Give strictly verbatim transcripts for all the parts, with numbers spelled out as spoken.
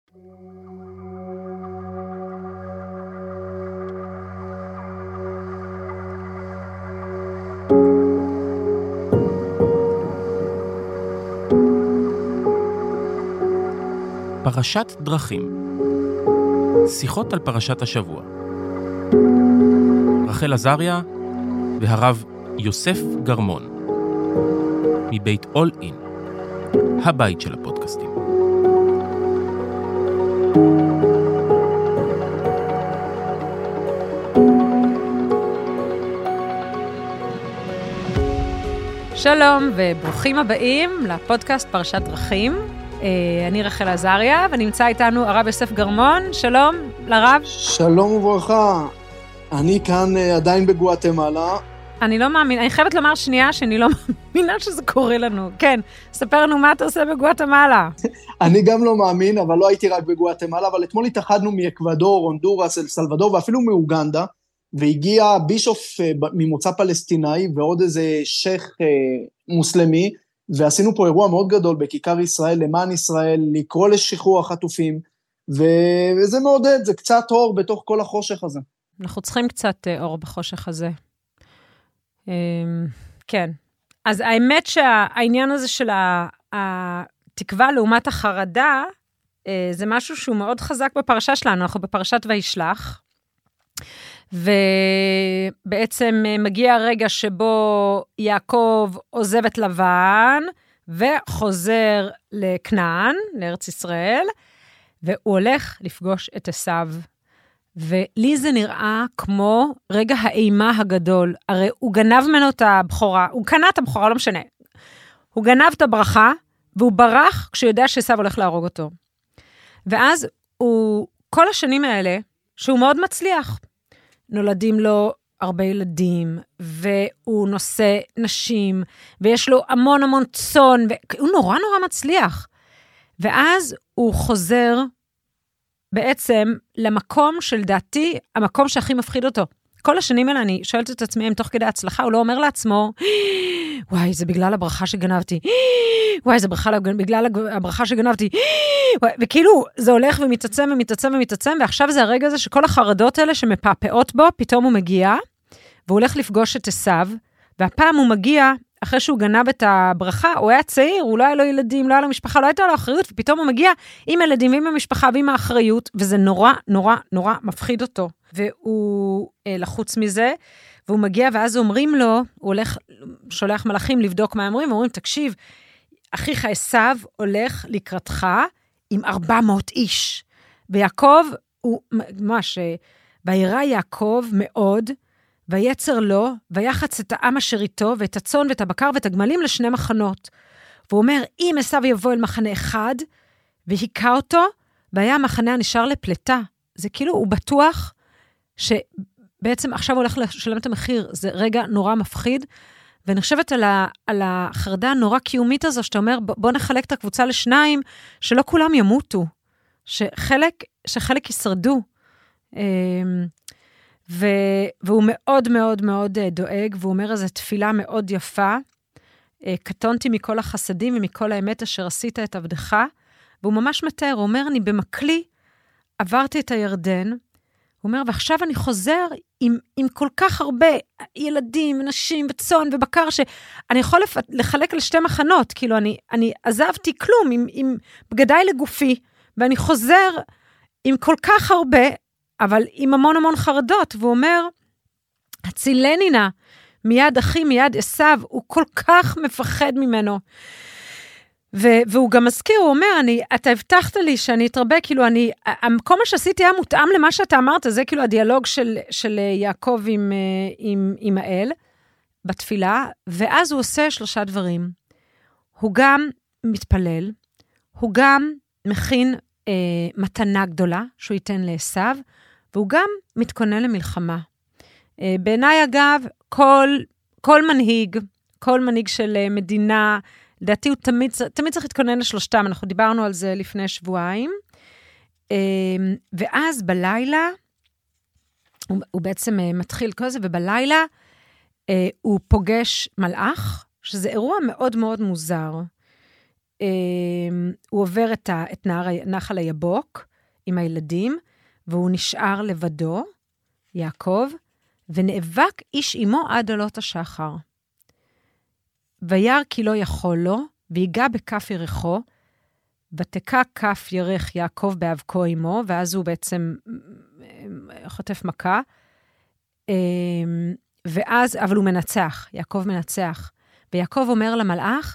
פרשת דרכים. שיחות על פרשת השבוע. רחל עזריה והרב יוסף גרמון. מבית אול אין, הבית של הפודקאסטים. שלום וברוכים הבאים לפודקאסט פרשת דרכים. אני רחל עזריה, ונמצא איתנו הרב יוסף גרמון. שלום לרב. שלום וברכה. אני כאן עדיין בגואטמלה. אני לא מאמין, אני חייבת לומר שנייה שאני לא מאמינה שזה קורה לנו. כן, ספר לנו מה אתה עושה בגואטמלה. אני גם לא מאמין, אבל לא הייתי רק בגואטמלה, אבל אתמול התאחדנו מאקוודור, הונדורס, אל סלבדור, ואפילו מאוגנדה, והגיע בישוף ממוצא פלסטיני, ועוד איזה שייך מוסלמי, ועשינו פה אירוע מאוד גדול בכיכר ישראל, למען ישראל, לקרוא לשחרור החטופים, וזה מעודד, זה קצת אור בתוך כל החושך הזה. אנחנו צריכים קצת אור בחושך הזה. כן. אז האמת שהעניין הזה של התקווה לעומת החרדה, זה משהו שהוא מאוד חזק בפרשה שלנו, אנחנו בפרשת וישלח, ובעצם מגיע הרגע שבו יעקב עוזב את לבן, וחוזר לכנען, לארץ ישראל, והוא הולך לפגוש את עשיו. ולי זה נראה כמו רגע האימה הגדול. הרי הוא גנב ממנו את הבחורה, הוא קנה את הבחורה, לא משנה. הוא גנב את הברכה, והוא ברח כשהוא יודע שעשיו הולך להרוג אותו. ואז הוא, כל השנים האלה, שהוא מאוד מצליח, נולדים לו הרבה ילדים, והוא נושא נשים, ויש לו המון המון צון, והוא נורא נורא מצליח. ואז הוא חוזר בעצם למקום של דעתי, המקום שהכי מפחיד אותו. כל השנים האלה אני שואלת את עצמי, אם תוך כדי הצלחה, הוא לא אומר לעצמו, וואי, זה בגלל הברכה שגנבתי, וואי, זה בגלל הברכה שגנבתי, וכאילו זה הולך ומתעצם ומתעצם ומתעצם, ועכשיו זה הרגע הזה שכל החרדות האלה שמפעפעות בו, פתאום הוא מגיע, והוא הולך לפגוש את עשיו, והפעם הוא מגיע, אחרי שהוא גנב את הברכה, הוא היה צעיר, הוא לא היה לו ילדים, לא היה לו משפחה, לא הייתה לו אחריות, ופתאום הוא מגיע עם ילדים ועם המשפחה ועם האחריות, וזה נורא, נורא, נורא מפחיד אותו. והוא אה, לחוץ מזה, והוא מגיע, ואז אומרים לו, הוא הולך, שולח מלאכים לבדוק מה אומרים, ואומרים, תקשיב, אחיך עשיו הולך לקראתך עם ארבע מאות איש. ויעקב, הוא ממש, וירא יעקב מאוד, ויצר לו, ויחץ את העם אשר איתו, ואת הצאן ואת הבקר ואת הגמלים לשני מחנות. והוא אומר, אם עשיו יבוא אל מחנה אחד, והיכה אותו, והיה המחנה הנשאר לפלטה. זה כאילו, הוא בטוח שבעצם עכשיו הוא הולך לשלם את המחיר. זה רגע נורא מפחיד, ואני חושבת על, ה, על החרדה הנורא קיומית הזו, שאתה אומר, בוא נחלק את הקבוצה לשניים, שלא כולם ימותו, שחלק, שחלק ישרדו. ו, והוא מאוד מאוד מאוד דואג, והוא אומר איזו תפילה מאוד יפה, קטונתי מכל החסדים ומכל האמת אשר עשית את עבדך, והוא ממש מתאר, הוא אומר, אני במקלי, עברתי את הירדן, הוא אומר, ועכשיו אני חוזר עם, עם כל כך הרבה ילדים, נשים וצאן ובקר, שאני יכול לחלק לשתי מחנות, כאילו אני, אני עזבתי כלום עם, עם בגדיי לגופי, ואני חוזר עם כל כך הרבה, אבל עם המון המון חרדות, והוא אומר, הצילני נא, מיד אחי, מיד עשיו, הוא כל כך מפחד ממנו, ו- והוא גם מזכיר, הוא אומר, אני, אתה הבטחת לי שאני אתרבה, כאילו אני, כל מה שעשיתי היה מותאם למה שאתה אמרת, זה כאילו הדיאלוג של, של יעקב עם, עם, עם האל, בתפילה, ואז הוא עושה שלושה דברים. הוא גם מתפלל, הוא גם מכין אה, מתנה גדולה, שהוא ייתן לעשיו, והוא גם מתכונן למלחמה. אה, בעיניי אגב, כל, כל מנהיג, כל מנהיג של מדינה, לדעתי הוא תמיד, תמיד צריך להתכונן לשלושתם, אנחנו דיברנו על זה לפני שבועיים, ואז בלילה, הוא, הוא בעצם מתחיל כל זה, ובלילה הוא פוגש מלאך, שזה אירוע מאוד מאוד מוזר. הוא עובר את, ה, את נהר, נחל היבוק עם הילדים, והוא נשאר לבדו, יעקב, ונאבק איש עמו עד עלות השחר. וירא כי לא יכול לו, ויגע בכף ירחו, ותקע כף ירך יעקב באבקו עמו, ואז הוא בעצם חוטף מכה, ואז, אבל הוא מנצח, יעקב מנצח. ויעקב אומר למלאך,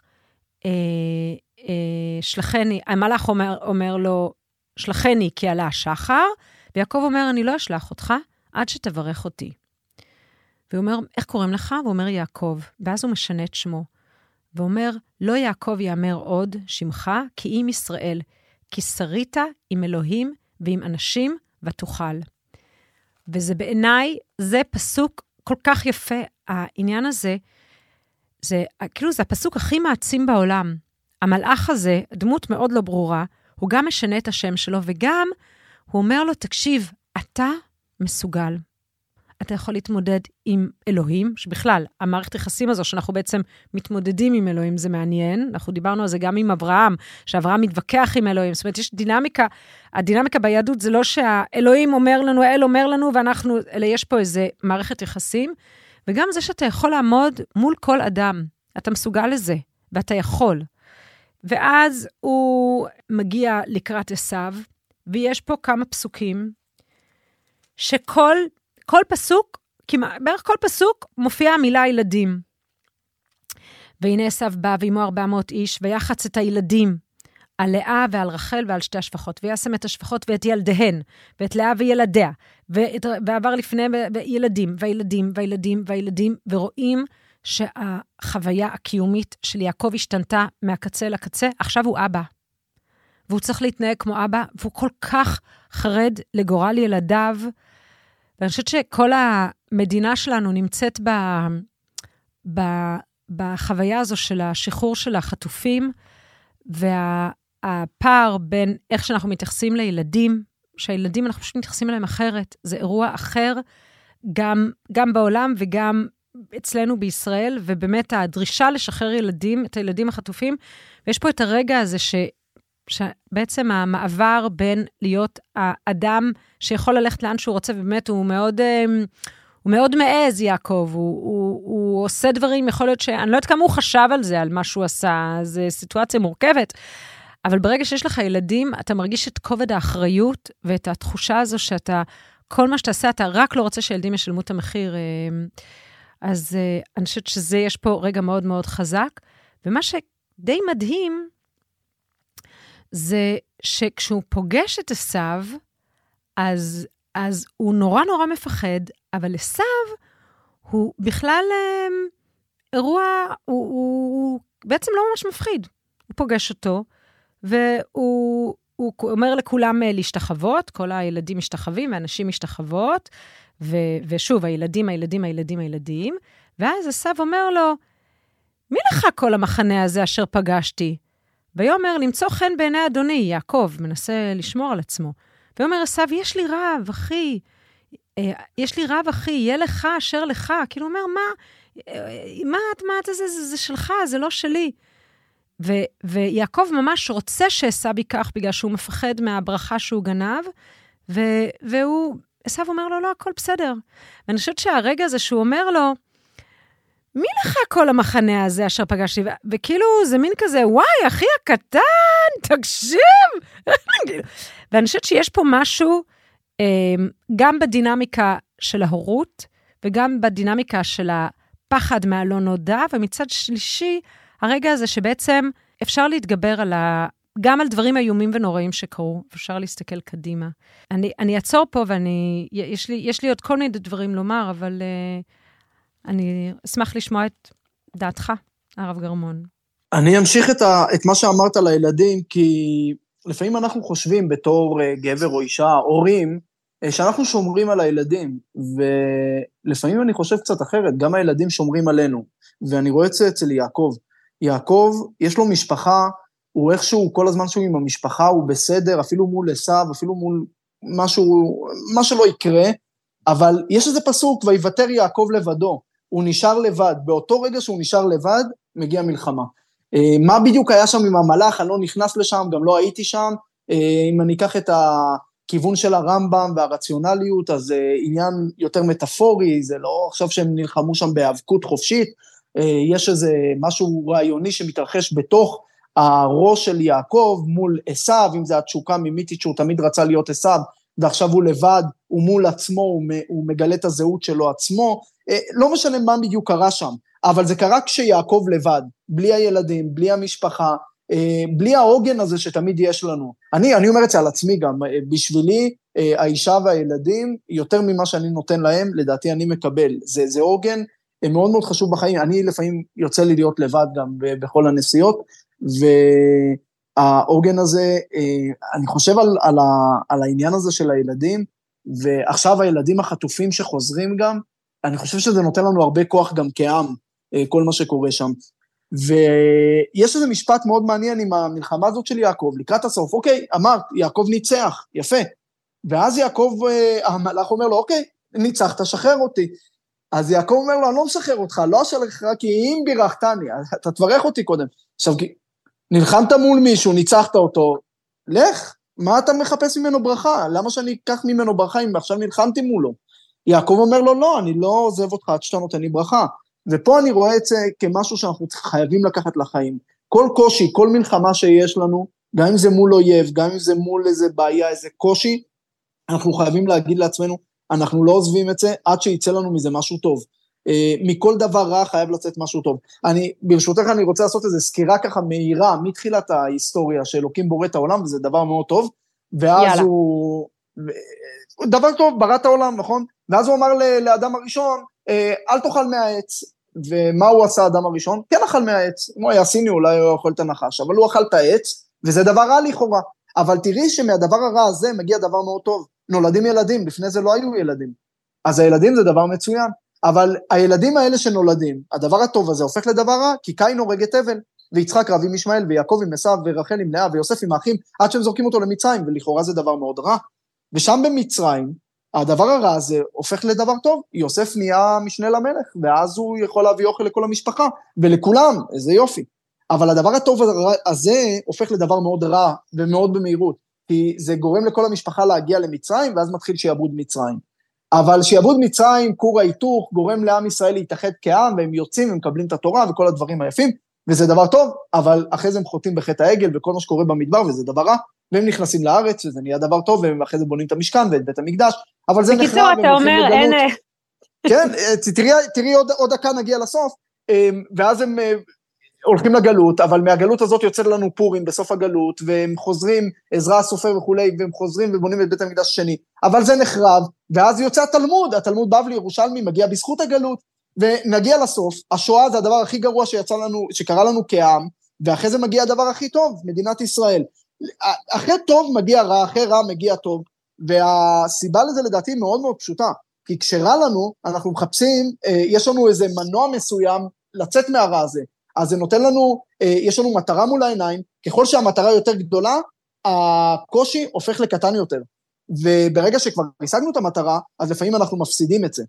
שלחני, המלאך אומר, אומר לו, שלחני כי עלה השחר, ויעקב אומר, אני לא אשלח אותך, עד שתברך אותי. והוא אומר, איך קוראים לך? והוא אומר, יעקב. ואז הוא משנה את שמו. ואומר, לא יעקב יאמר עוד שמך, כי אם ישראל, כי שרית עם אלוהים ועם אנשים ותוכל. וזה בעיניי, זה פסוק כל כך יפה. העניין הזה, זה, כאילו זה הפסוק הכי מעצים בעולם. המלאך הזה, דמות מאוד לא ברורה, הוא גם משנה את השם שלו, וגם הוא אומר לו, תקשיב, אתה מסוגל. אתה יכול להתמודד עם אלוהים, שבכלל, המערכת יחסים הזו, שאנחנו בעצם מתמודדים עם אלוהים, זה מעניין. אנחנו דיברנו על זה גם עם אברהם, שאברהם מתווכח עם אלוהים. זאת אומרת, יש דינמיקה, הדינמיקה ביהדות זה לא שהאלוהים אומר לנו, האל אומר לנו, ואנחנו, אלא יש פה איזה מערכת יחסים, וגם זה שאתה יכול לעמוד מול כל אדם, אתה מסוגל לזה, ואתה יכול. ואז הוא מגיע לקראת עשיו, ויש פה כמה פסוקים, שכל כל פסוק, כמעט, בערך כל פסוק, מופיעה המילה ילדים. והנה עשיו בא ועמו ארבע מאות איש, ויחץ את הילדים, על לאה ועל רחל ועל שתי השפחות, וישם את השפחות ואת ילדיהן, ואת לאה וילדיה, ועבר לפני ילדים, והילדים, והילדים, והילדים, ורואים שהחוויה הקיומית של יעקב השתנתה מהקצה לקצה, עכשיו הוא אבא. והוא צריך להתנהג כמו אבא, והוא כל כך חרד לגורל ילדיו, ואני חושבת שכל המדינה שלנו נמצאת ב, ב, בחוויה הזו של השחרור של החטופים, והפער בין איך שאנחנו מתייחסים לילדים, שהילדים אנחנו פשוט מתייחסים אליהם אחרת, זה אירוע אחר, גם, גם בעולם וגם אצלנו בישראל, ובאמת הדרישה לשחרר ילדים, את הילדים החטופים, ויש פה את הרגע הזה ש... שבעצם המעבר בין להיות האדם שיכול ללכת לאן שהוא רוצה, ובאמת הוא מאוד, הוא מאוד מעז, יעקב, הוא, הוא, הוא עושה דברים, יכול להיות שאני לא יודעת כמה הוא חשב על זה, על מה שהוא עשה, זו סיטואציה מורכבת, אבל ברגע שיש לך ילדים, אתה מרגיש את כובד האחריות, ואת התחושה הזו שאתה, כל מה שאתה עושה, אתה רק לא רוצה שילדים ישלמו את המחיר, אז אני חושבת שזה, יש פה רגע מאוד מאוד חזק, ומה שדי מדהים, זה שכשהוא פוגש את עשיו, אז, אז הוא נורא נורא מפחד, אבל עשיו הוא בכלל אירוע, הוא, הוא בעצם לא ממש מפחיד. הוא פוגש אותו, והוא הוא אומר לכולם להשתחוות, כל הילדים משתחווים, והאנשים משתחוות, ו, ושוב, הילדים, הילדים, הילדים, הילדים, ואז עשיו אומר לו, מי לך כל המחנה הזה אשר פגשתי? ויאמר, למצוא חן בעיני אדוני, יעקב, מנסה לשמור על עצמו. ויאמר, עשיו, יש לי רב, אחי, יש לי רב, אחי, יהיה לך אשר לך. כאילו אומר, מה, מה, מה זה, זה, זה, זה שלך, זה לא שלי. ו, ויעקב ממש רוצה שעשיו ייקח, בגלל שהוא מפחד מהברכה שהוא גנב, ו, והוא, עשיו אומר לו, לא, הכל בסדר. ואני חושבת שהרגע הזה שהוא אומר לו, מי לך כל המחנה הזה אשר פגשתי? וכאילו זה מין כזה, וואי, אחי הקטן, תקשיב. ואני חושבת שיש פה משהו, גם בדינמיקה של ההורות, וגם בדינמיקה של הפחד מהלא נודע, ומצד שלישי, הרגע הזה שבעצם אפשר להתגבר על ה... גם על דברים איומים ונוראים שקרו, ואפשר להסתכל קדימה. אני, אני אעצור פה, ואני, יש לי, יש לי עוד כל מיני דברים לומר, אבל... אני אשמח לשמוע את דעתך, הרב גרמון. אני אמשיך את, ה, את מה שאמרת לילדים, כי לפעמים אנחנו חושבים בתור גבר או אישה, הורים, שאנחנו שומרים על הילדים, ולפעמים אני חושב קצת אחרת, גם הילדים שומרים עלינו, ואני רואה את זה אצל יעקב. יעקב, יש לו משפחה, הוא איכשהו, כל הזמן שהוא עם המשפחה, הוא בסדר, אפילו מול עשיו, אפילו מול משהו, מה שלא יקרה, אבל יש איזה פסוק, ויוותר יעקב לבדו, הוא נשאר לבד, באותו רגע שהוא נשאר לבד, מגיע מלחמה. מה בדיוק היה שם עם המלאך, אני לא נכנס לשם, גם לא הייתי שם, אם אני אקח את הכיוון של הרמב"ם והרציונליות, אז זה עניין יותר מטאפורי, זה לא עכשיו שהם נלחמו שם בהיאבקות חופשית, יש איזה משהו רעיוני שמתרחש בתוך הראש של יעקב מול עשיו, אם זה התשוקה מימיתית שהוא תמיד רצה להיות עשיו, ועכשיו הוא לבד, הוא מול עצמו, הוא מגלה את הזהות שלו עצמו, לא משנה מה בדיוק קרה שם, אבל זה קרה כשיעקב לבד, בלי הילדים, בלי המשפחה, בלי העוגן הזה שתמיד יש לנו. אני, אני אומר את זה על עצמי גם, בשבילי האישה והילדים, יותר ממה שאני נותן להם, לדעתי אני מקבל, זה, זה עוגן מאוד מאוד חשוב בחיים, אני לפעמים יוצא לי להיות לבד גם בכל הנסיעות, והעוגן הזה, אני חושב על, על, ה, על העניין הזה של הילדים, ועכשיו הילדים החטופים שחוזרים גם, אני חושב שזה נותן לנו הרבה כוח גם כעם, כל מה שקורה שם. ויש איזה משפט מאוד מעניין עם המלחמה הזאת של יעקב, לקראת הסוף, אוקיי, אמרת, יעקב ניצח, יפה. ואז יעקב, המלאך אומר לו, אוקיי, ניצחת, שחרר אותי. אז יעקב אומר לו, אני לא משחרר אותך, לא אשלך, כי אם בירכתני, אתה תברך אותי קודם. עכשיו, נלחמת מול מישהו, ניצחת אותו, לך, מה אתה מחפש ממנו ברכה? למה שאני אקח ממנו ברכה אם עכשיו נלחמתי מולו? יעקב אומר לו, לא, אני לא עוזב אותך עד שאתה נותן לי ברכה. ופה אני רואה את זה כמשהו שאנחנו חייבים לקחת לחיים. כל קושי, כל מלחמה שיש לנו, גם אם זה מול אויב, גם אם זה מול איזה בעיה, איזה קושי, אנחנו חייבים להגיד לעצמנו, אנחנו לא עוזבים את זה עד שיצא לנו מזה משהו טוב. מכל דבר רע חייב לצאת משהו טוב. אני, ברשותך אני רוצה לעשות איזו סקירה ככה מהירה, מתחילת ההיסטוריה שאלוקים בורא את העולם, וזה דבר מאוד טוב, ואז יאללה. הוא... דבר טוב, ברא את העולם, נכון? ואז הוא אמר לאדם הראשון, אל תאכל מהעץ, ומה הוא עשה האדם הראשון? כן אכל מהעץ, אם הוא היה סיני אולי הוא אוכל את הנחש, אבל הוא אכל את העץ, וזה דבר רע לכאורה, אבל תראי שמהדבר הרע הזה מגיע דבר מאוד טוב, נולדים ילדים, לפני זה לא היו ילדים, אז הילדים זה דבר מצוין, אבל הילדים האלה שנולדים, הדבר הטוב הזה הופך לדבר רע, כי קין הורג את הבל, ויצחק רב עם ישמעאל, ויעקב עם עשיו, ורחל עם לאה, ויוסף עם האחים, עד שהם זורקים אותו למצרים, ולכאורה זה דבר מאוד רע, ושם במצרים, הדבר הרע הזה הופך לדבר טוב, יוסף נהיה משנה למלך, ואז הוא יכול להביא אוכל לכל המשפחה, ולכולם, איזה יופי, אבל הדבר הטוב הזה הופך לדבר מאוד רע, ומאוד במהירות, כי זה גורם לכל המשפחה להגיע למצרים, ואז מתחיל שיעבוד מצרים, אבל שיעבוד מצרים, כור ההיתוך, גורם לעם ישראל להתאחד כעם, והם יוצאים, הם מקבלים את התורה, וכל הדברים היפים, וזה דבר טוב, אבל אחרי זה הם חוטאים בחטא העגל, וכל מה שקורה במדבר, וזה דבר רע, והם נכנסים לארץ, וזה נהיה דבר טוב, והם אחרי זה בונים את המשכן, ואת בית המקדש, אבל זה נחרב. בקיצור, אתה אומר, אין... כן, תראי, תראי עוד, עוד דקה נגיע לסוף, ואז הם הולכים לגלות, אבל מהגלות הזאת יוצא לנו פורים בסוף הגלות, והם חוזרים, עזרא הסופר וכולי, והם חוזרים ובונים את בית המקדש השני, אבל זה נחרב, ואז יוצא התלמוד, התלמוד בבלי ירושלמי מגיע בזכות הגלות, ונגיע לסוף, השואה זה הדבר הכי גרוע שיצא לנו, שקרה לנו כעם, ואחרי זה מגיע הדבר הכי טוב, מדינת ישראל. אחרי טוב מגיע רע, אחרי רע מגיע טוב, והסיבה לזה לדעתי מאוד מאוד פשוטה, כי כשרע לנו, אנחנו מחפשים, יש לנו איזה מנוע מסוים לצאת מהרע הזה, אז זה נותן לנו, יש לנו מטרה מול העיניים, ככל שהמטרה יותר גדולה, הקושי הופך לקטן יותר, וברגע שכבר השגנו את המטרה, אז לפעמים אנחנו מפסידים את זה,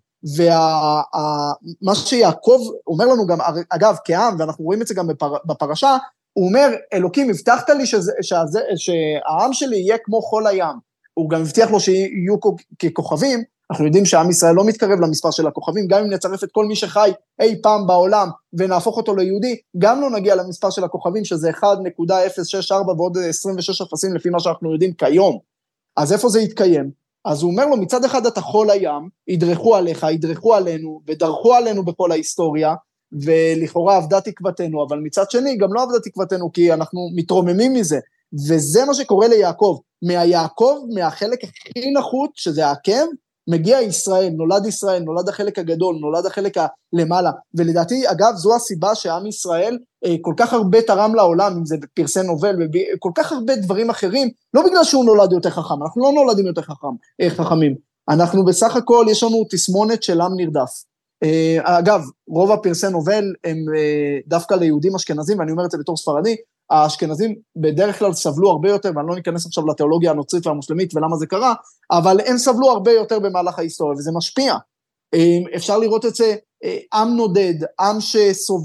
ומה שיעקב אומר לנו גם, אגב, כעם, ואנחנו רואים את זה גם בפרשה, הוא אומר, אלוקים, הבטחת לי שזה, שזה, שהעם שלי יהיה כמו חול הים, הוא גם הבטיח לו שיהיו ככוכבים, אנחנו יודעים שהעם ישראל לא מתקרב למספר של הכוכבים, גם אם נצרף את כל מי שחי אי פעם בעולם, ונהפוך אותו ליהודי, גם לא נגיע למספר של הכוכבים, שזה אחד נקודה אפס שש ארבע ועוד עשרים ושש אפסים, לפי מה שאנחנו יודעים כיום. אז איפה זה יתקיים? אז הוא אומר לו, מצד אחד אתה חול הים, ידרכו עליך, ידרכו עלינו, ודרכו עלינו בכל ההיסטוריה, ולכאורה עבדה תקוותנו, אבל מצד שני גם לא עבדה תקוותנו, כי אנחנו מתרוממים מזה, וזה מה שקורה ליעקב, מהיעקב, מהחלק הכי נחות, שזה העקב, מגיע ישראל, נולד ישראל, נולד החלק הגדול, נולד החלק הלמעלה, ולדעתי, אגב, זו הסיבה שעם ישראל אה, כל כך הרבה תרם לעולם, אם זה פרסי נובל, וכל כך הרבה דברים אחרים, לא בגלל שהוא נולד יותר חכם, אנחנו לא נולדים יותר חכם, אה, חכמים, אנחנו בסך הכל, יש לנו תסמונת של עם נרדף, אה, אגב, רוב הפרסי נובל הם אה, דווקא ליהודים אשכנזים, ואני אומר את זה בתור ספרדי, האשכנזים בדרך כלל סבלו הרבה יותר, ואני לא ניכנס עכשיו לתיאולוגיה הנוצרית והמוסלמית ולמה זה קרה, אבל הם סבלו הרבה יותר במהלך ההיסטוריה, וזה משפיע. אפשר לראות את זה, עם נודד, עם שסובל,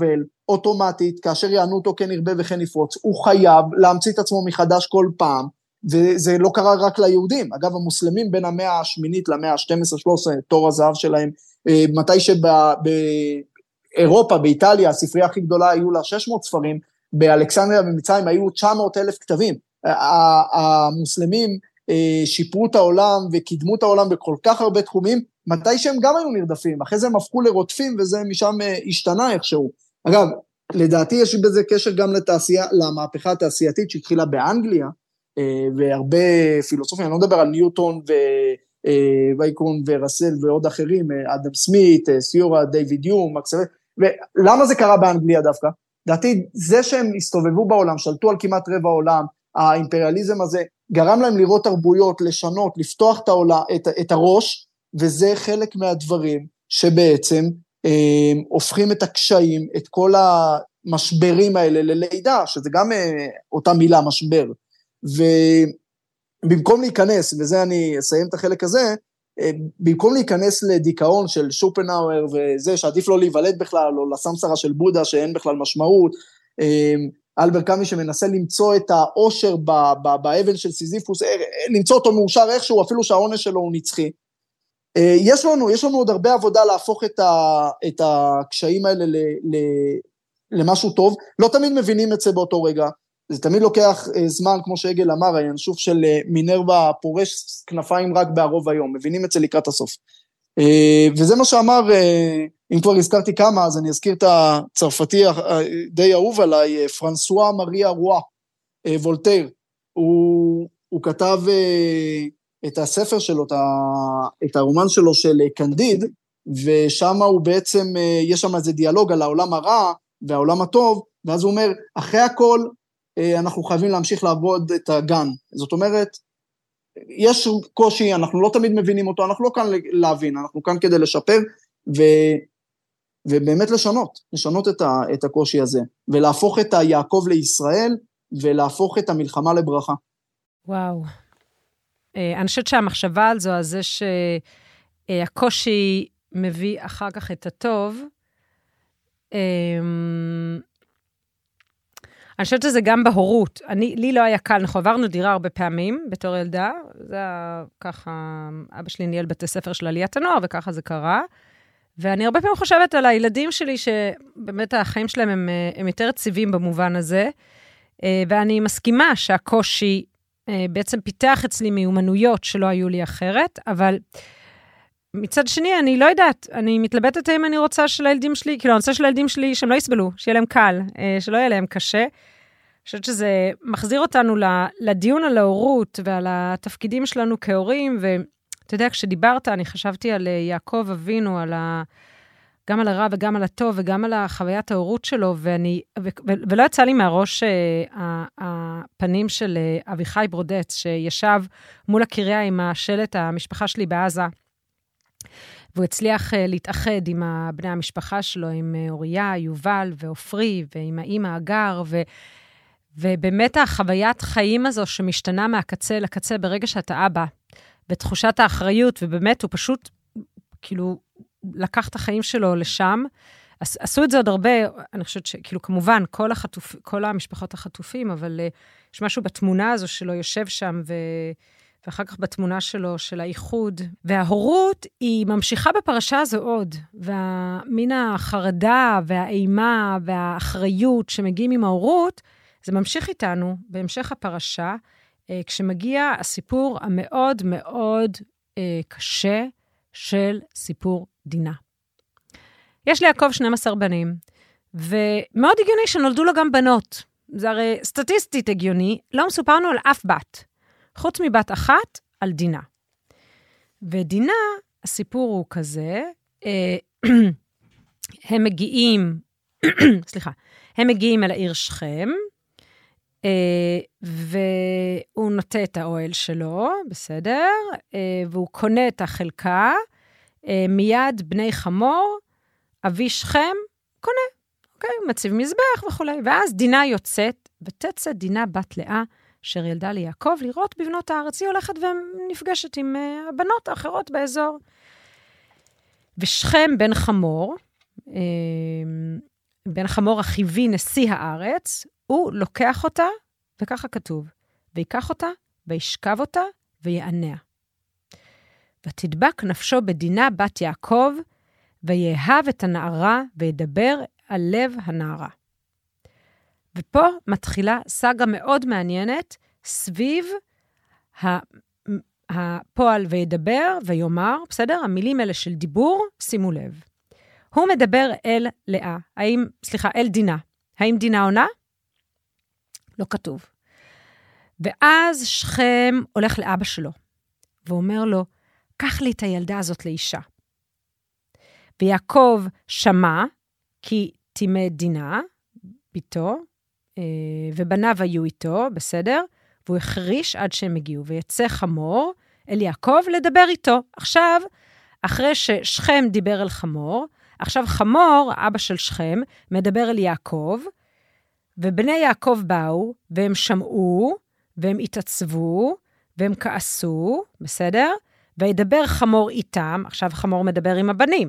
אוטומטית, כאשר יענו אותו כן ירבה וכן יפרוץ, הוא חייב להמציא את עצמו מחדש כל פעם, וזה לא קרה רק ליהודים, אגב המוסלמים בין המאה השמינית למאה ה-שתים עשרה שלוש עשרה, תור הזהב שלהם, מתי שבאירופה, באיטליה, הספרייה הכי גדולה היו לה שש מאות ספרים, באלכסנדריה במצרים היו תשע מאות אלף כתבים, המוסלמים שיפרו את העולם וקידמו את העולם בכל כך הרבה תחומים, מתי שהם גם היו נרדפים, אחרי זה הם הפכו לרודפים וזה משם השתנה איכשהו. אגב, לדעתי יש בזה קשר גם לתעשייה, למהפכה התעשייתית שהתחילה באנגליה, והרבה פילוסופים, אני לא מדבר על ניוטון וייקון ורסל ועוד אחרים, אדם סמית, סיורה, דיוויד יום, מקסוול, ולמה זה קרה באנגליה דווקא? לדעתי זה שהם הסתובבו בעולם, שלטו על כמעט רבע העולם, האימפריאליזם הזה גרם להם לראות תרבויות, לשנות, לפתוח את, העולה, את, את הראש, וזה חלק מהדברים שבעצם אה, הופכים את הקשיים, את כל המשברים האלה ללידה, שזה גם אה, אותה מילה, משבר. ובמקום להיכנס, וזה אני אסיים את החלק הזה, אה, במקום להיכנס לדיכאון של שופנהאואר וזה, שעדיף לא להיוולד בכלל, או לסמסרה של בודה שאין בכלל משמעות, אה, אלבר קאמי שמנסה למצוא את האושר באבן של סיזיפוס, למצוא אותו מאושר איכשהו, אפילו שהעונש שלו הוא נצחי. יש לנו, יש לנו עוד הרבה עבודה להפוך את, ה, את הקשיים האלה ל, ל, למשהו טוב, לא תמיד מבינים את זה באותו רגע, זה תמיד לוקח זמן, כמו שעגל אמר, הינשוף של מינרווה פורש כנפיים רק בערוב היום, מבינים את זה לקראת הסוף. וזה מה שאמר, אם כבר הזכרתי כמה, אז אני אזכיר את הצרפתי די אהוב עליי, פרנסואה מריה רואה, וולטר, הוא, הוא כתב את הספר שלו, את הרומן שלו של קנדיד, ושם הוא בעצם, יש שם איזה דיאלוג על העולם הרע והעולם הטוב, ואז הוא אומר, אחרי הכל, אנחנו חייבים להמשיך לעבוד את הגן. זאת אומרת, יש קושי, אנחנו לא תמיד מבינים אותו, אנחנו לא כאן להבין, אנחנו כאן כדי לשפר, ו, ובאמת לשנות, לשנות את, ה, את הקושי הזה, ולהפוך את היעקב לישראל, ולהפוך את המלחמה לברכה. וואו. אני חושבת שהמחשבה על זו, על זה שהקושי מביא אחר כך את הטוב, אני חושבת שזה גם בהורות. אני, לי לא היה קל, אנחנו עברנו דירה הרבה פעמים בתור ילדה, זה היה ככה, אבא שלי ניהל בתי ספר של עליית הנוער, וככה זה קרה, ואני הרבה פעמים חושבת על הילדים שלי, שבאמת החיים שלהם הם, הם יותר רציבים במובן הזה, ואני מסכימה שהקושי בעצם פיתח אצלי מיומנויות שלא היו לי אחרת, אבל מצד שני, אני לא יודעת, אני מתלבטת אם אני רוצה של הילדים שלי, כאילו, אני רוצה של הילדים שלי שהם לא יסבלו, שיהיה להם קל, שלא יהיה להם קשה. אני חושבת שזה מחזיר אותנו לדיון על ההורות ועל התפקידים שלנו כהורים, ואתה יודע, כשדיברת, אני חשבתי על יעקב אבינו, על ה... גם על הרע וגם על הטוב, וגם על החוויית ההורות שלו, ואני, ו, ו, ולא יצא לי מהראש uh, הפנים של uh, אביחי ברודץ, שישב מול הקריה עם השלט המשפחה שלי בעזה, והוא הצליח uh, להתאחד עם בני המשפחה שלו, עם uh, אוריה, יובל ואופרי, ועם האמא אגר, ו, ובאמת החוויית חיים הזו שמשתנה מהקצה לקצה ברגע שאתה אבא, בתחושת האחריות, ובאמת הוא פשוט, כאילו, לקח את החיים שלו לשם, עשו את זה עוד הרבה, אני חושבת שכאילו כמובן, כל, החטופ, כל המשפחות החטופים, אבל uh, יש משהו בתמונה הזו שלו יושב שם, ו, ואחר כך בתמונה שלו של האיחוד, וההורות היא ממשיכה בפרשה הזו עוד, והמין החרדה והאימה והאחריות שמגיעים עם ההורות, זה ממשיך איתנו בהמשך הפרשה, uh, כשמגיע הסיפור המאוד מאוד uh, קשה של סיפור דינה. יש ליעקב שנים עשר בנים, ומאוד הגיוני שנולדו לו גם בנות. זה הרי סטטיסטית הגיוני, לא מסופרנו על אף בת, חוץ מבת אחת על דינה. ודינה, הסיפור הוא כזה, הם מגיעים, סליחה, הם מגיעים אל העיר שכם, והוא נוטה את האוהל שלו, בסדר, והוא קונה את החלקה, מיד בני חמור, אבי שכם, קונה, אוקיי, מציב מזבח וכו'. ואז דינה יוצאת, ותצא דינה בת לאה, אשר ילדה ליעקב, לראות בבנות הארץ, היא הולכת ונפגשת עם הבנות האחרות באזור. ושכם בן חמור, בן חמור החיבי נשיא הארץ, הוא לוקח אותה, וככה כתוב, ויקח אותה, וישכב אותה, ויענע. ותדבק נפשו בדינה בת יעקב, ויאהב את הנערה, וידבר על לב הנערה. ופה מתחילה סגה מאוד מעניינת, סביב הפועל וידבר ויאמר, בסדר? המילים האלה של דיבור, שימו לב. הוא מדבר אל לאה, האם, סליחה, אל דינה. האם דינה עונה? לא כתוב. ואז שכם הולך לאבא שלו, ואומר לו, קח לי את הילדה הזאת לאישה. ויעקב שמע, כי תימא דינה, ביתו, ובניו היו איתו, בסדר? והוא החריש עד שהם הגיעו, ויצא חמור אל יעקב לדבר איתו. עכשיו, אחרי ששכם דיבר אל חמור, עכשיו חמור, אבא של שכם, מדבר אל יעקב, ובני יעקב באו, והם שמעו, והם התעצבו, והם כעסו, בסדר? וידבר חמור איתם, עכשיו חמור מדבר עם הבנים.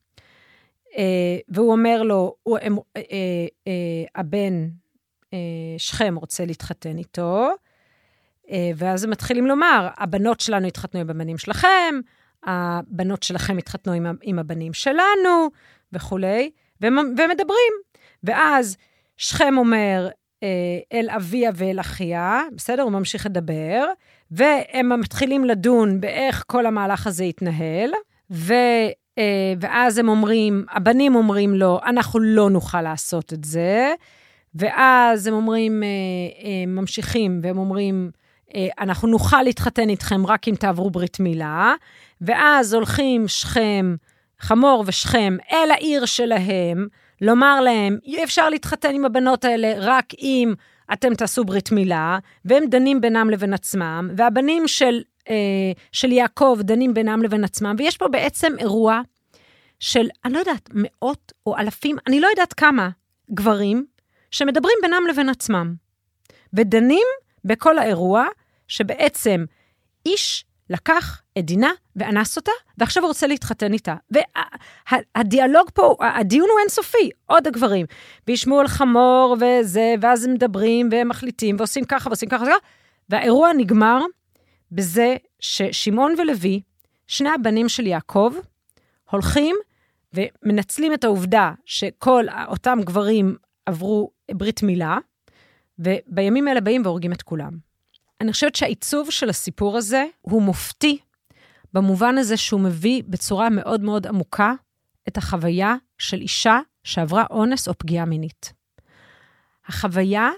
והוא אומר לו, הוא, הם, הבן שכם רוצה להתחתן איתו, ואז הם מתחילים לומר, הבנות שלנו התחתנו עם הבנים שלכם, הבנות שלכם התחתנו עם, עם הבנים שלנו, וכו', ומדברים. ואז שכם אומר אל אביה ואל אחיה, בסדר? הוא ממשיך לדבר, והם מתחילים לדון באיך כל המהלך הזה יתנהל, ו... ואז הם אומרים, הבנים אומרים לו, אנחנו לא נוכל לעשות את זה, ואז הם אומרים, ממשיכים, והם אומרים, אנחנו נוכל להתחתן איתכם רק אם תעברו ברית מילה, ואז הולכים שכם, חמור ושכם, אל העיר שלהם, לומר להם, אי אפשר להתחתן עם הבנות האלה רק אם אתם תעשו ברית מילה, והם דנים בינם לבין עצמם, והבנים של, אה, של יעקב דנים בינם לבין עצמם, ויש פה בעצם אירוע של, אני לא יודעת, מאות או אלפים, אני לא יודעת כמה גברים, שמדברים בינם לבין עצמם, ודנים בכל האירוע, שבעצם איש לקח את דינה ואנס אותה, ועכשיו הוא רוצה להתחתן איתה. והדיאלוג פה, הדיון הוא אינסופי, עוד הגברים. וישמעו על חמור וזה, ואז הם מדברים והם מחליטים, ועושים ככה ועושים ככה, והאירוע נגמר בזה ששמעון ולוי, שני הבנים של יעקב, הולכים ומנצלים את העובדה שכל אותם גברים עברו ברית מילה, ובימים האלה באים והורגים את כולם. אני חושבת שהעיצוב של הסיפור הזה הוא מופתי, במובן הזה שהוא מביא בצורה מאוד מאוד עמוקה את החוויה של אישה שעברה אונס או פגיעה מינית. החוויה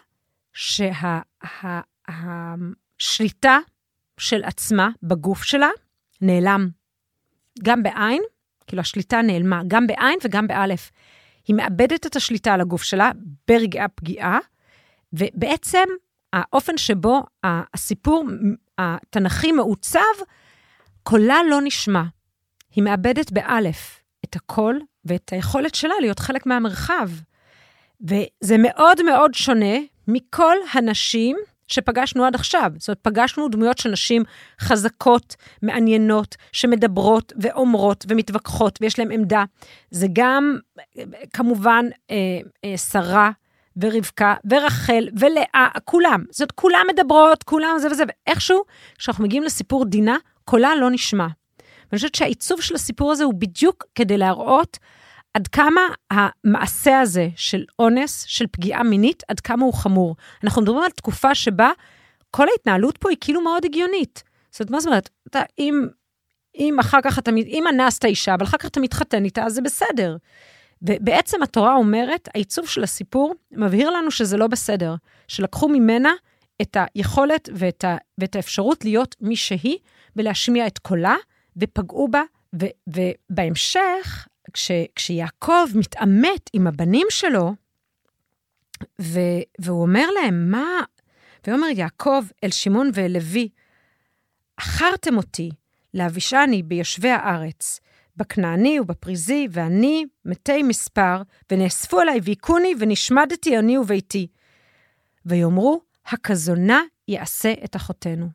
שהשליטה של עצמה בגוף שלה נעלם, גם בעין, כאילו השליטה נעלמה, גם בעין וגם באלף. היא מאבדת את השליטה על הגוף שלה ברגעי הפגיעה, ובעצם האופן שבו הסיפור התנ"כי מעוצב, קולה לא נשמע. היא מאבדת באלף את הקול ואת היכולת שלה להיות חלק מהמרחב. וזה מאוד מאוד שונה מכל הנשים שפגשנו עד עכשיו. זאת אומרת, פגשנו דמויות של נשים חזקות, מעניינות, שמדברות ואומרות ומתווכחות, ויש להן עמדה. זה גם, כמובן, אה, אה, שרה, ורבקה, ורחל, ולאה, כולם. זאת כולם מדברות, כולם זה וזה, ואיכשהו, כשאנחנו מגיעים לסיפור דינה, קולה לא נשמע. ואני חושבת שהעיצוב של הסיפור הזה הוא בדיוק כדי להראות עד כמה המעשה הזה של אונס, של פגיעה מינית, עד כמה הוא חמור. אנחנו מדברים על תקופה שבה כל ההתנהלות פה היא כאילו מאוד הגיונית. זאת אומרת, מה זאת אומרת? אתה, אם, אם אחר כך אתה, אם אנסת אישה, אבל אחר כך אתה מתחתן איתה, אז זה בסדר. ובעצם התורה אומרת, העיצוב של הסיפור מבהיר לנו שזה לא בסדר, שלקחו ממנה את היכולת ואת, ה, ואת האפשרות להיות מי שהיא, ולהשמיע את קולה, ופגעו בה, ו, ובהמשך, כש, כשיעקב מתעמת עם הבנים שלו, ו, והוא אומר להם, מה? ואומר יעקב אל שמעון ואל לוי, אחרתם אותי להבישני ביושבי הארץ, בכנעני ובפריזי, ואני מתי מספר, ונאספו עליי ויקוני, ונשמדתי אני וביתי. ויאמרו, הכזונה יעשה את אחותינו.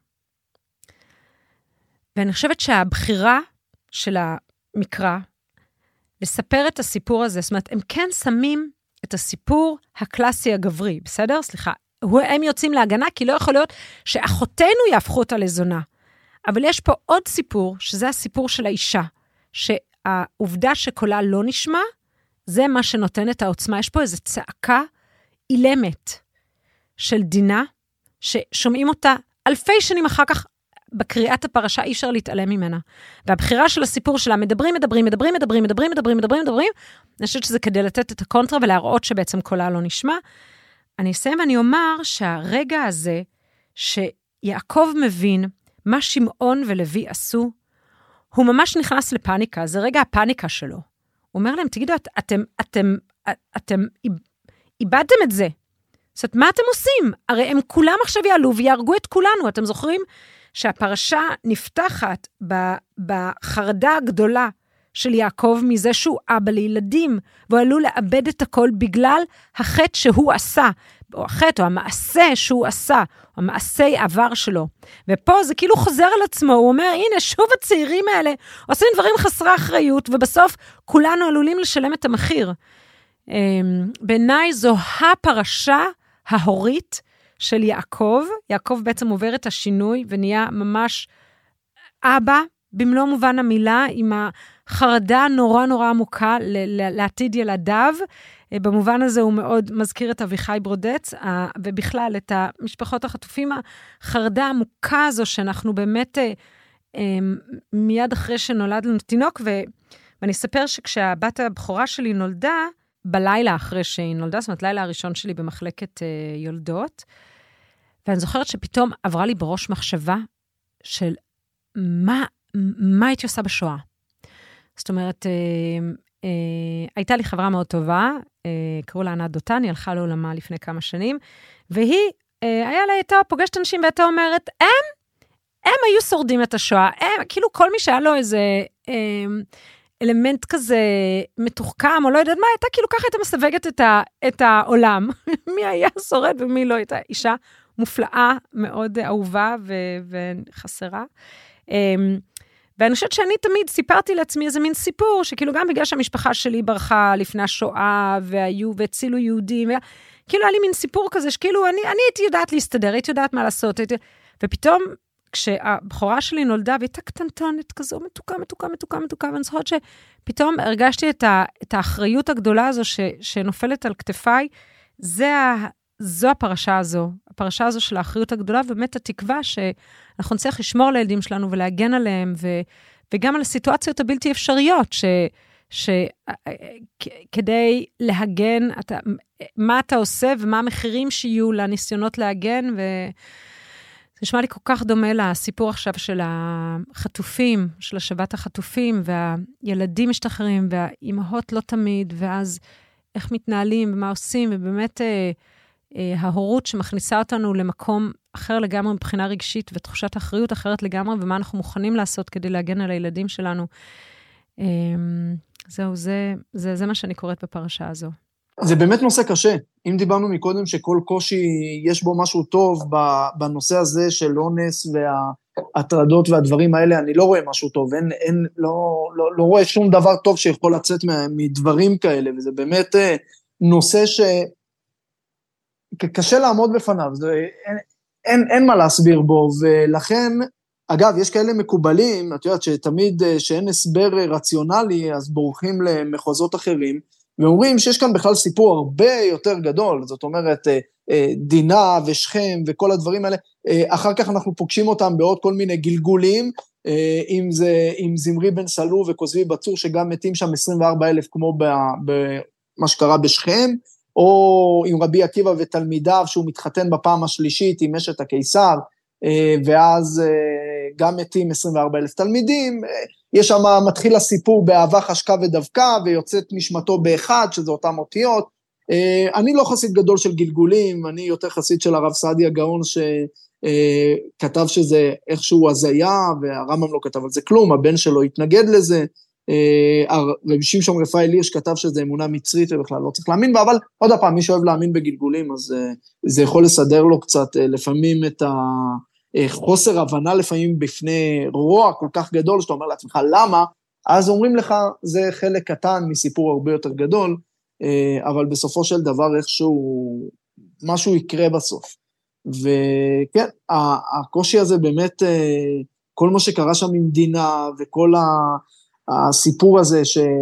ואני חושבת שהבחירה של המקרא, לספר את הסיפור הזה, זאת אומרת, הם כן שמים את הסיפור הקלאסי הגברי, בסדר? סליחה. הם יוצאים להגנה, כי לא יכול להיות שאחותינו יהפכו אותה לזונה. אבל יש פה עוד סיפור, שזה הסיפור של האישה, שהעובדה שקולה לא נשמע, זה מה שנותן את העוצמה. יש פה איזו צעקה אילמת של דינה, ששומעים אותה אלפי שנים אחר כך, בקריאת הפרשה אי אפשר להתעלם ממנה. והבחירה של הסיפור שלה, מדברים, מדברים, מדברים, מדברים, מדברים, מדברים, מדברים, מדברים, אני חושבת שזה כדי לתת את הקונטרה, ולהראות שבעצם קולה לא נשמע. אני אסיים ואני אומר שהרגע הזה, שיעקב מבין מה שמעון ולוי עשו, הוא ממש נכנס לפאניקה, זה רגע הפאניקה שלו. הוא אומר להם, תגידו, את, אתם, אתם, אתם איבדתם את זה. זאת אומרת, מה אתם עושים? הרי הם כולם עכשיו יעלו ויהרגו את כולנו. אתם זוכרים שהפרשה נפתחת בחרדה הגדולה של יעקב מזה שהוא אבא לילדים, והוא עלול לאבד את הכל בגלל החטא שהוא עשה, או החטא, או המעשה שהוא עשה, או המעשי עבר שלו. ופה זה כאילו חוזר על עצמו, הוא אומר, הנה, שוב הצעירים האלה עושים דברים חסרי אחריות, ובסוף כולנו עלולים לשלם את המחיר. בעיניי זו הפרשה ההורית של יעקב. יעקב בעצם עובר את השינוי, ונהיה ממש אבא, במלוא מובן המילה, עם החרדה נורא נורא עמוקה לעתיד ילדיו. במובן הזה הוא מאוד מזכיר את אביחי ברודץ, ובכלל את המשפחות החטופים, החרדה העמוקה הזו שאנחנו באמת מיד אחרי שנולד לנו תינוק, ואני אספר שכשהבת הבכורה שלי נולדה, בלילה אחרי שהיא נולדה, זאת אומרת, לילה הראשון שלי במחלקת יולדות, ואני זוכרת שפתאום עברה לי בראש מחשבה של מה, מה הייתי עושה בשואה. זאת אומרת, אה, אה, הייתה לי חברה מאוד טובה, אה, קראו לה ענת דותן, היא הלכה לעולמה לפני כמה שנים, והיא, אה, היה לה, הייתה פוגשת אנשים, והייתה אומרת, הם, הם היו שורדים את השואה, הם, כאילו כל מי שהיה לו איזה אה, אלמנט כזה מתוחכם, או לא יודעת מה, הייתה כאילו ככה הייתה מסווגת את, ה, את העולם, מי היה שורד ומי לא, הייתה אישה מופלאה, מאוד אהובה ו- וחסרה. ואני חושבת שאני תמיד סיפרתי לעצמי איזה מין סיפור, שכאילו גם בגלל שהמשפחה שלי ברחה לפני השואה, והיו והצילו יהודים, כאילו היה לי מין סיפור כזה, שכאילו אני, אני הייתי יודעת להסתדר, הייתי יודעת מה לעשות, הייתי... ופתאום כשהבחורה שלי נולדה, והייתה קטנטונת כזו, מתוקה, מתוקה, מתוקה, מתוקה, ואני זוכרת שפתאום הרגשתי את, ה, את האחריות הגדולה הזו, ש, שנופלת על כתפיי, זה ה... זו הפרשה הזו, הפרשה הזו של האחריות הגדולה, ובאמת התקווה שאנחנו נצטרך לשמור על הילדים שלנו ולהגן עליהם, ו, וגם על הסיטואציות הבלתי אפשריות, ש, ש, כדי להגן, אתה, מה אתה עושה ומה המחירים שיהיו לניסיונות להגן, וזה נשמע לי כל כך דומה לסיפור עכשיו של החטופים, של השבת החטופים, והילדים משתחררים, והאימהות לא תמיד, ואז איך מתנהלים ומה עושים, ובאמת... ההורות שמכניסה אותנו למקום אחר לגמרי מבחינה רגשית, ותחושת האחריות אחרת לגמרי, ומה אנחנו מוכנים לעשות כדי להגן על הילדים שלנו. זהו, זה, זה, זה מה שאני קוראת בפרשה הזו. זה באמת נושא קשה. אם דיברנו מקודם שכל קושי יש בו משהו טוב, בנושא הזה של אונס וההטרדות והדברים האלה, אני לא רואה משהו טוב, אין, אין, לא, לא, לא רואה שום דבר טוב שיכול לצאת מדברים כאלה, וזה באמת נושא ש... קשה לעמוד בפניו, זה, אין, אין, אין מה להסביר בו, ולכן, אגב, יש כאלה מקובלים, את יודעת שתמיד שאין הסבר רציונלי, אז בורחים למחוזות אחרים, ואומרים שיש כאן בכלל סיפור הרבה יותר גדול, זאת אומרת, דינה ושכם וכל הדברים האלה, אחר כך אנחנו פוגשים אותם בעוד כל מיני גלגולים, אם זה, אם זמרי בן סלו וכוזבי בצור, שגם מתים שם עשרים וארבעה אלף, כמו במה שקרה בשכם, או עם רבי עקיבא ותלמידיו, שהוא מתחתן בפעם השלישית עם אשת הקיסר, ואז גם מתים עשרים וארבעה אלף תלמידים, יש שם מתחיל הסיפור באהבה חשקה ודווקא, ויוצאת נשמתו באחד, שזה אותם אותיות. אני לא חסיד גדול של גלגולים, אני יותר חסיד של הרב סעדיה גאון, שכתב שזה איכשהו הזיה, והרמב"ם לא כתב על זה כלום, הבן שלו התנגד לזה, רבי שמשון רפאל הירש כתב שזה אמונה מצרית ובכלל לא צריך להאמין בה, אבל עוד הפעם מי שאוהב להאמין בגלגולים, אז זה יכול לסדר לו קצת לפעמים את החוסר הבנה, לפעמים בפני רוע כל כך גדול, שאתה אומר לעצמך למה, אז אומרים לך זה חלק קטן מסיפור הרבה יותר גדול, אבל בסופו של דבר איכשהו, משהו יקרה בסוף. וכן, הקושי הזה באמת, כל מה שקרה שם ממדינה, וכל הסיפור הזה,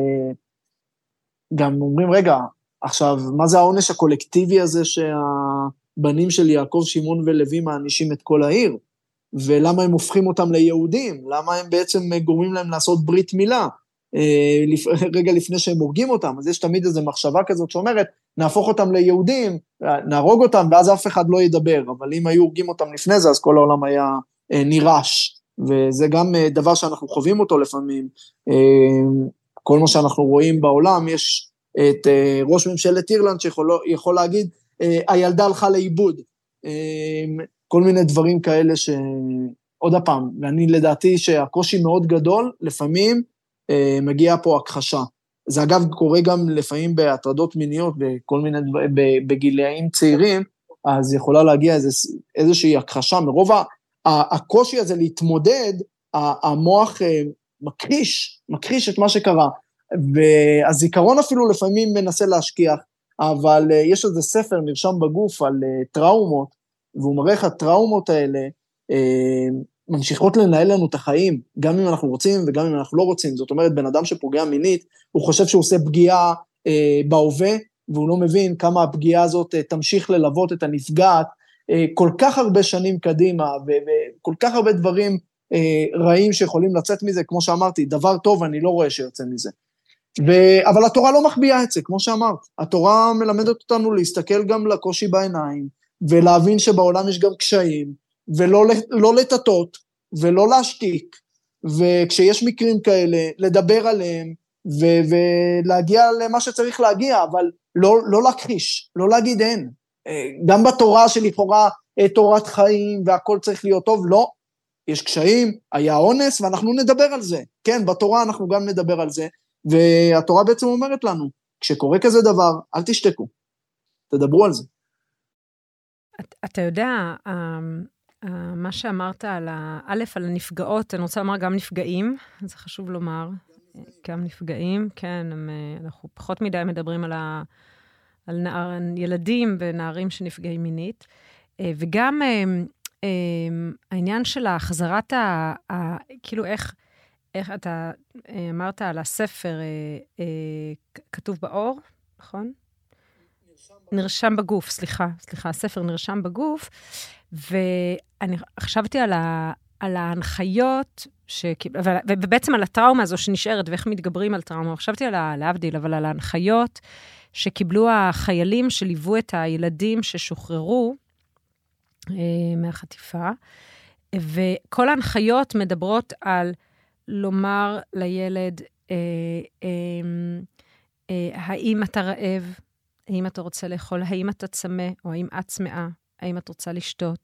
שגם אומרים, רגע, עכשיו, מה זה העונש הקולקטיבי הזה, שהבנים של יעקב, שמעון ולוי מענישים את כל העיר? ולמה הם הופכים אותם ליהודים? למה הם בעצם גורמים להם לעשות ברית מילה? רגע לפני שהם הורגים אותם, אז יש תמיד איזו מחשבה כזאת שאומרת, נהפוך אותם ליהודים, נהרוג אותם, ואז אף אחד לא ידבר, אבל אם היו הורגים אותם לפני זה, אז כל העולם היה נירש, וזה גם דבר שאנחנו חווים אותו לפעמים, כל מה שאנחנו רואים בעולם, יש את ראש ממשלת אירלנד, שיכול להגיד, הילדה הלכה לאיבוד, כל מיני דברים כאלה שעוד הפעם, ואני לדעתי שהקושי מאוד גדול, לפעמים מגיע פה הכחשה. זה אגב קורה גם לפעמים בהטרדות מיניות, בכל מיני דברים, בגילאים צעירים, אז יכולה להגיע איזו, איזושהי הכחשה, מרוב הקושי הזה להתמודד, המוח מקריש, מקריש את מה שקרה, והזיכרון אפילו לפעמים מנסה להשכיח, אבל יש איזה ספר נרשם בגוף על טראומות, והוא מראה איך הטראומות האלה, ממשיכות לנהל לנו את החיים, גם אם אנחנו רוצים וגם אם אנחנו לא רוצים, זאת אומרת, בן אדם שפוגע מינית, הוא חושב שהוא עושה פגיעה אה, בהווה, והוא לא מבין כמה הפגיעה הזאת אה, תמשיך ללוות את הנפגעת, אה, כל כך הרבה שנים קדימה, וכל כך הרבה דברים אה, רעים שיכולים לצאת מזה, כמו שאמרתי, דבר טוב, אני לא רואה שיוצא מזה. ו... אבל התורה לא מחביאה את זה, כמו שאמרת, התורה מלמדת אותנו להסתכל גם לקושי בעיניים, ולהבין שבעולם יש גם קשיים, ולא לא לטטות, ולא להשתיק, וכשיש מקרים כאלה, לדבר עליהם, ו- ולהגיע למה שצריך להגיע, אבל לא, לא להכחיש, לא להגיד אין. גם בתורה שלכאורה תורת חיים, והכל צריך להיות טוב, לא. יש קשיים, היה אונס, ואנחנו נדבר על זה. כן, בתורה אנחנו גם נדבר על זה, והתורה בעצם אומרת לנו, כשקורה כזה דבר, אל תשתקו, תדברו על זה. אתה יודע, מה שאמרת על א', על הנפגעות, אני רוצה לומר גם נפגעים, זה חשוב לומר, גם נפגעים, כן, אנחנו פחות מדי מדברים על, ה, על נער, ילדים ונערים שנפגעים מינית, וגם העניין של החזרת, ה, ה, כאילו איך, איך אתה אמרת על הספר, כתוב באור, נכון? נרשם בגוף, סליחה, סליחה, הספר נרשם בגוף, ואני חשבתי על, ה, על ההנחיות, ש, ובעצם על הטראומה הזו שנשארת, ואיך מתגברים על טראומה, חשבתי על להבדיל, אבל על ההנחיות שקיבלו החיילים שליוו את הילדים ששוחררו אה, מהחטיפה, וכל ההנחיות מדברות על לומר לילד, אה, אה, אה, האם אתה רעב, האם אתה רוצה לאכול, האם אתה צמא, או האם את צמאה, האם את רוצה לשתות,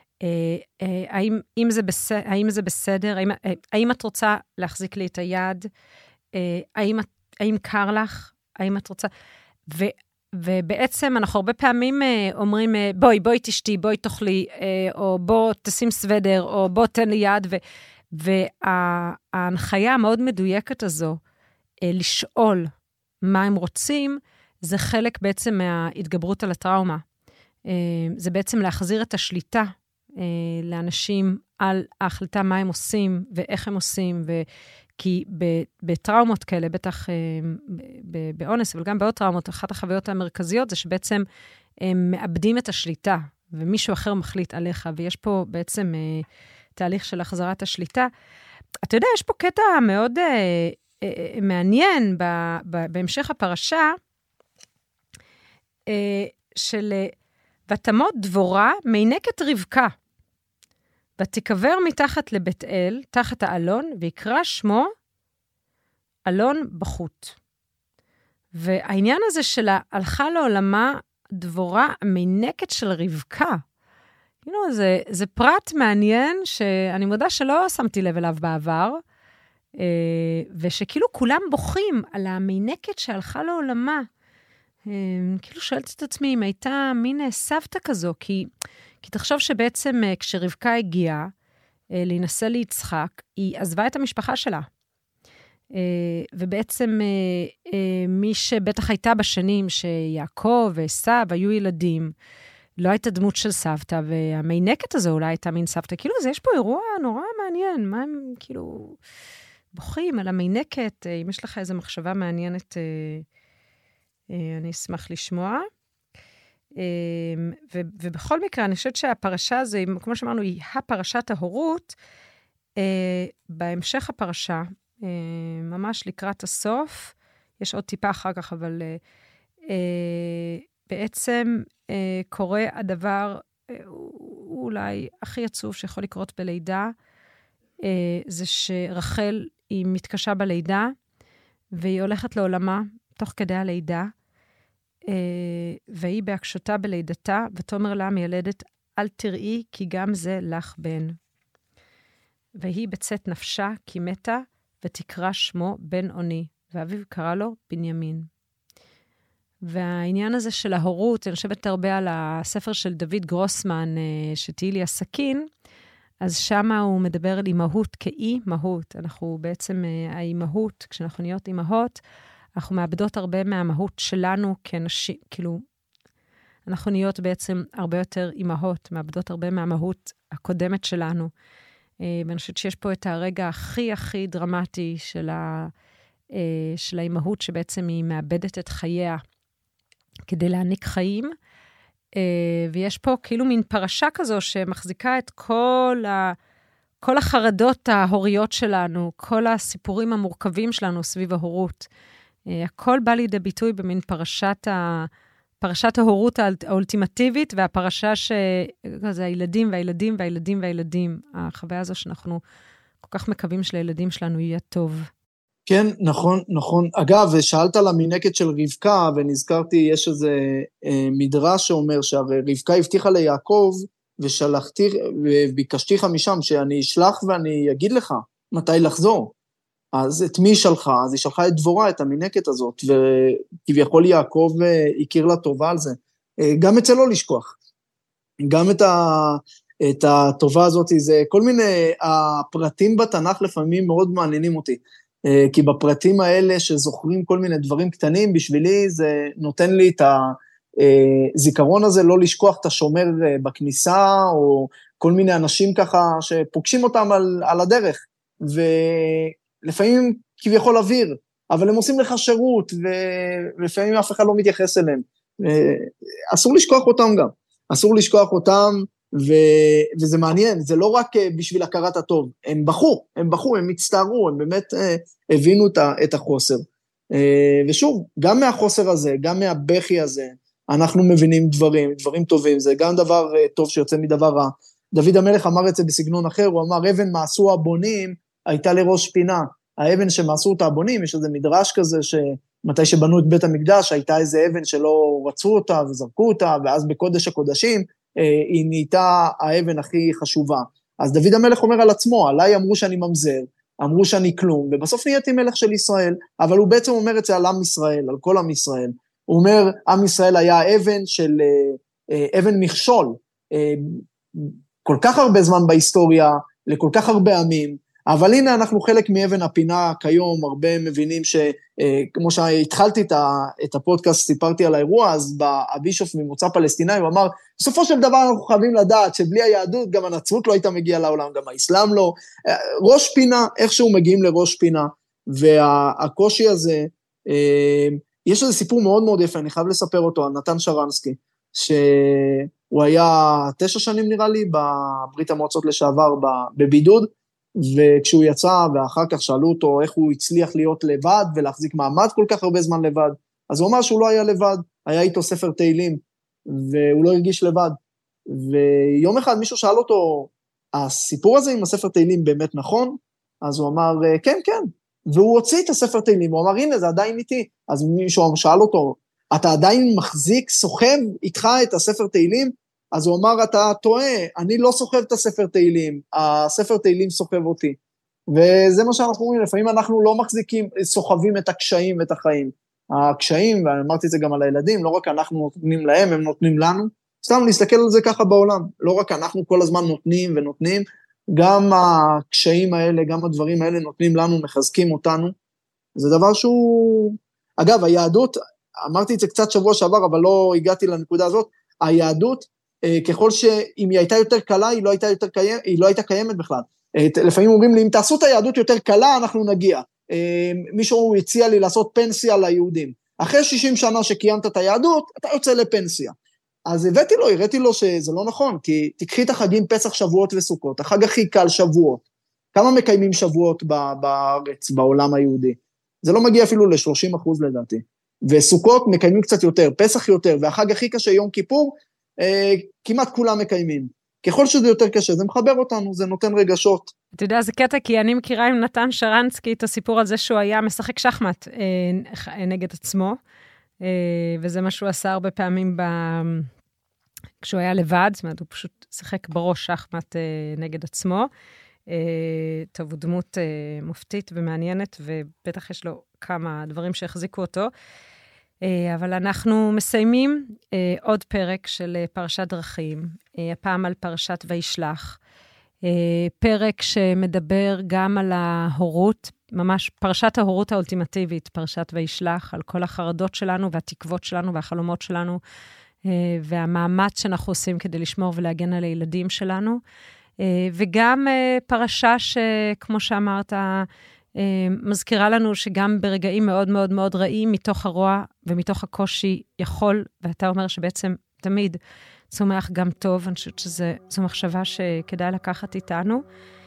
האם, אם זה בסדר, האם זה בסדר, האם, האם את רוצה להחזיק לי את היד, האם, האם קר לך, האם את רוצה, ו, ובעצם אנחנו הרבה פעמים אומרים, בואי, בואי תשתי, בואי תאכלי, או בוא תשים סוודר, או בוא תן לי יד, ו, וההנחיה המאוד מדויקת הזו, לשאול מה הם רוצים, זה חלק בעצם מההתגברות על הטראומה. זה בעצם להחזיר את השליטה לאנשים על ההחלטה מה הם עושים ואיך הם עושים, כי בטראומות כאלה, בטח באונס, אבל גם בעוד טראומות, אחת החוויות המרכזיות זה שבעצם הם מאבדים את השליטה, ומישהו אחר מחליט עליך, ויש פה בעצם תהליך של החזרת השליטה. אתה יודע, יש פה קטע מאוד מעניין בהמשך הפרשה, של ותמות דבורה מינקת רבקה, ותקבר מתחת לבית אל, תחת האלון, ויקרא שמו אלון בחוט. והעניין הזה שלה הלכה לעולמה דבורה מינקת של רבקה. You know, זה, זה פרט מעניין שאני מודה שלא שמתי לב אליו בעבר, ושכאילו כולם בוכים על המינקת שהלכה לעולמה. כאילו שואלת את עצמי אם הייתה מין סבתא כזו, כי, כי תחשוב שבעצם כשרבקה הגיעה להינשא ליצחק, היא עזבה את המשפחה שלה. ובעצם מי שבטח הייתה בשנים שיעקב ועשיו היו ילדים, לא הייתה דמות של סבתא, והמיינקת הזו אולי הייתה מין סבתא. כאילו, יש פה אירוע נורא מעניין, מה הם כאילו בוכים על המיינקת, אם יש לך איזו מחשבה מעניינת, אני אשמח לשמוע. ובכל מקרה, אני חושבת שהפרשה הזו, כמו שאמרנו, היא הפרשת ההורות, בהמשך הפרשה, ממש לקראת הסוף, יש עוד טיפה אחר כך, אבל בעצם קורה הדבר אולי הכי עצוב שיכול לקרות בלידה, זה שרחל היא מתקשה בלידה, והיא הולכת לעולמה תוך כדי הלידה, והיא בהקשותה בלידתה, ותאמר לה מיילדת, אל תראי כי גם זה לך בן. והיא בצאת נפשה כי מתה, ותקרא שמו בן עוני, ואביו קרא לו בנימין. והעניין הזה של ההורות, אני חושבת הרבה על הספר של דוד גרוסמן, שתהי לי הסכין, אז שמה הוא מדבר על אימהות כאי מהות. אנחנו בעצם, האימהות, כשאנחנו נהיות אימהות, אנחנו מאבדות הרבה מהמהות שלנו כאנשים, כאילו, אנחנו נהיות בעצם הרבה יותר אימהות, מאבדות הרבה מהמהות הקודמת שלנו. ואני חושבת שיש פה את הרגע הכי הכי דרמטי של, ה, של האימהות, שבעצם היא מאבדת את חייה כדי להעניק חיים, ויש פה כאילו מין פרשה כזו שמחזיקה את כל, ה, כל החרדות ההוריות שלנו, כל הסיפורים המורכבים שלנו סביב ההורות. הכל בא לידי ביטוי במין פרשת, ה, פרשת ההורות האולטימטיבית, והפרשה שזה הילדים והילדים והילדים והילדים. החוויה הזו שאנחנו כל כך מקווים שלילדים שלנו יהיה טוב. כן, נכון, נכון. אגב, שאלת על המינקת של רבקה, ונזכרתי, יש איזה אה, מדרש שאומר שהרבקה הבטיחה ליעקב, ושלחתי, וביקשתיך משם, שאני אשלח ואני אגיד לך מתי לחזור. אז את מי שלחה? אז היא שלחה את דבורה, את המינקת הזאת, וכביכול יעקב הכיר לה טובה על זה. גם אצל לא לשכוח. גם את, ה, את הטובה הזאת, זה כל מיני, הפרטים בתנ"ך לפעמים מאוד מעניינים אותי. כי בפרטים האלה שזוכרים כל מיני דברים קטנים, בשבילי זה נותן לי את הזיכרון הזה, לא לשכוח את השומר בכניסה, או כל מיני אנשים ככה שפוגשים אותם על, על הדרך, ולפעמים כביכול אוויר, אבל הם עושים לך שירות, ולפעמים אף אחד לא מתייחס אליהם. אסור לשכוח אותם גם, אסור לשכוח אותם, ו... וזה מעניין, זה לא רק בשביל הכרת הטוב, הם בחו, הם בחו, הם מצטערו, הם באמת אה, הבינו את החוסר. אה, ושוב, גם מהחוסר הזה, גם מהבכי הזה, אנחנו מבינים דברים, דברים טובים, זה גם דבר אה, טוב שיוצא מדבר רע. דוד המלך אמר את זה בסגנון אחר, הוא אמר, אבן מעשו הבונים, הייתה לראש פינה. האבן שמעשו אותה הבונים, יש איזה מדרש כזה, שמתי שבנו את בית המקדש, הייתה איזה אבן שלא רצו אותה וזרקו אותה, ואז בקודש הקודשים, היא נהייתה האבן הכי חשובה. אז דוד המלך אומר על עצמו, עליי אמרו שאני ממזר, אמרו שאני כלום, ובסוף נהייתי מלך של ישראל, אבל הוא בעצם אומר את זה על עם ישראל, על כל עם ישראל. הוא אומר, עם ישראל היה אבן של, אבן מכשול, כל כך הרבה זמן בהיסטוריה, לכל כך הרבה עמים, אבל הנה אנחנו חלק מאבן הפינה כיום, הרבה מבינים שכמו שהתחלתי את הפודקאסט, סיפרתי על האירוע, אז הבישוף ממוצא פלסטיני, הוא אמר, בסופו של דבר אנחנו חייבים לדעת, שבלי היהדות גם הנצרות לא הייתה מגיעה לעולם, גם האסלאם לא, ראש פינה, איכשהו מגיעים לראש פינה, והקושי הזה, יש איזה סיפור מאוד מאוד יפה, אני חייב לספר אותו, על נתן שרנסקי, שהוא היה תשע שנים נראה לי, בברית המועצות לשעבר, בבידוד, וכשהוא יצא, ואחר כך שאלו אותו איך הוא הצליח להיות לבד, ולהחזיק מעמד כל כך הרבה זמן לבד, אז הוא אמר שהוא לא היה לבד, היה איתו ספר תהילים, והוא לא הרגיש לבד, ויום אחד מישהו שאל אותו, הסיפור הזה עם הספר תהילים באמת נכון? אז הוא אמר, כן, כן, והוא הוציא את הספר תהילים, הוא אמר, הנה, זה עדיין איתי, אז מישהו שאל אותו, אתה עדיין מחזיק, סוחב איתך את הספר תהילים? אז הוא אמר, אתה טועה, אני לא סוחב את הספר תהילים, הספר תהילים סוחב אותי. וזה מה שאנחנו אומרים, לפעמים אנחנו לא מחזיקים, סוחבים את הקשיים ואת החיים. הקשיים, ואמרתי את זה גם על הילדים, לא רק אנחנו נותנים להם, הם נותנים לנו. סתם להסתכל על זה ככה בעולם, לא רק אנחנו כל הזמן נותנים ונותנים, גם הקשיים האלה, גם הדברים האלה נותנים לנו, מחזקים אותנו, זה דבר שהוא... אגב, היהדות, אמרתי את זה קצת שבוע שעבר, אבל לא הגעתי לנקודה הזאת, היהדות, ככל שאם היא הייתה יותר קלה, היא לא הייתה, יותר קיימת, היא לא הייתה קיימת בכלל. לפעמים אומרים לי, אם תעשו את היהדות יותר קלה, אנחנו נגיע. מישהו הציע לי לעשות פנסיה ליהודים. אחרי שישים שנה שקיימת את היהדות, אתה יוצא לפנסיה. אז הבאתי לו, הראיתי לו שזה לא נכון, כי תקחי את החגים פסח, שבועות וסוכות, החג הכי קל שבועות. כמה מקיימים שבועות בארץ, בעולם היהודי? זה לא מגיע אפילו ל-שלושים אחוז לדעתי. וסוכות מקיימים קצת יותר, פסח יותר, והחג הכי קשה, יום כיפור, אה, כמעט כולם מקיימים. ככל שזה יותר קשה, זה מחבר אותנו, זה נותן רגשות. אתה יודע, זה קטע, כי אני מכירה עם נתן שרנסקי את הסיפור על זה שהוא היה משחק שחמט אה, נגד עצמו, אה, וזה מה שהוא עשה הרבה פעמים ב... כשהוא היה לבד, זאת אומרת, הוא פשוט שיחק בראש שחמט אה, נגד עצמו. אה, טוב, הוא דמות אה, מופתית ומעניינת, ובטח יש לו כמה דברים שהחזיקו אותו. אה, אבל אנחנו מסיימים אה, עוד פרק של אה, פרשת דרכים, אה, הפעם על פרשת וישלח. אה, פרק שמדבר גם על ההורות, ממש פרשת ההורות האולטימטיבית, פרשת וישלח, על כל החרדות שלנו והתקוות שלנו והחלומות שלנו, והמאמץ שאנחנו עושים כדי לשמור ולהגן על הילדים שלנו, וגם פרשה שכמו שאמרת, מזכירה לנו שגם ברגעים מאוד מאוד מאוד רעים, מתוך הרוע ומתוך הקושי יכול, ואתה אומר שבעצם תמיד צומח גם טוב, אני חושבת שזו מחשבה שכדאי לקחת איתנו,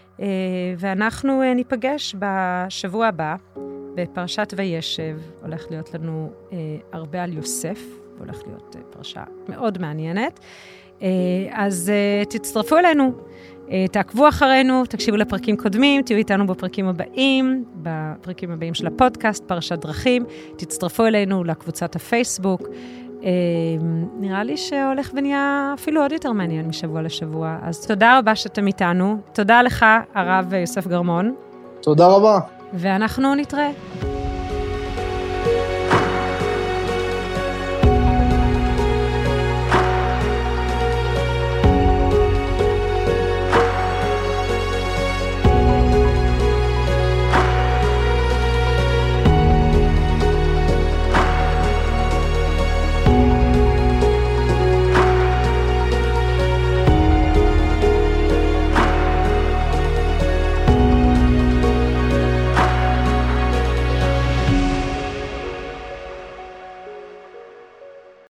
ואנחנו ניפגש בשבוע הבא, בפרשת וישב, הולך להיות לנו הרבה על יוסף, הולך להיות פרשה מאוד מעניינת. אז תצטרפו אלינו, תעקבו אחרינו, תקשיבו לפרקים קודמים, תהיו איתנו בפרקים הבאים, בפרקים הבאים של הפודקאסט, פרשת דרכים, תצטרפו אלינו לקבוצת הפייסבוק. נראה לי שהולך ונהיה אפילו עוד יותר מעניין משבוע לשבוע. אז תודה רבה שאתם איתנו. תודה לך, הרב יוסף גרמון. תודה רבה. ואנחנו נתראה.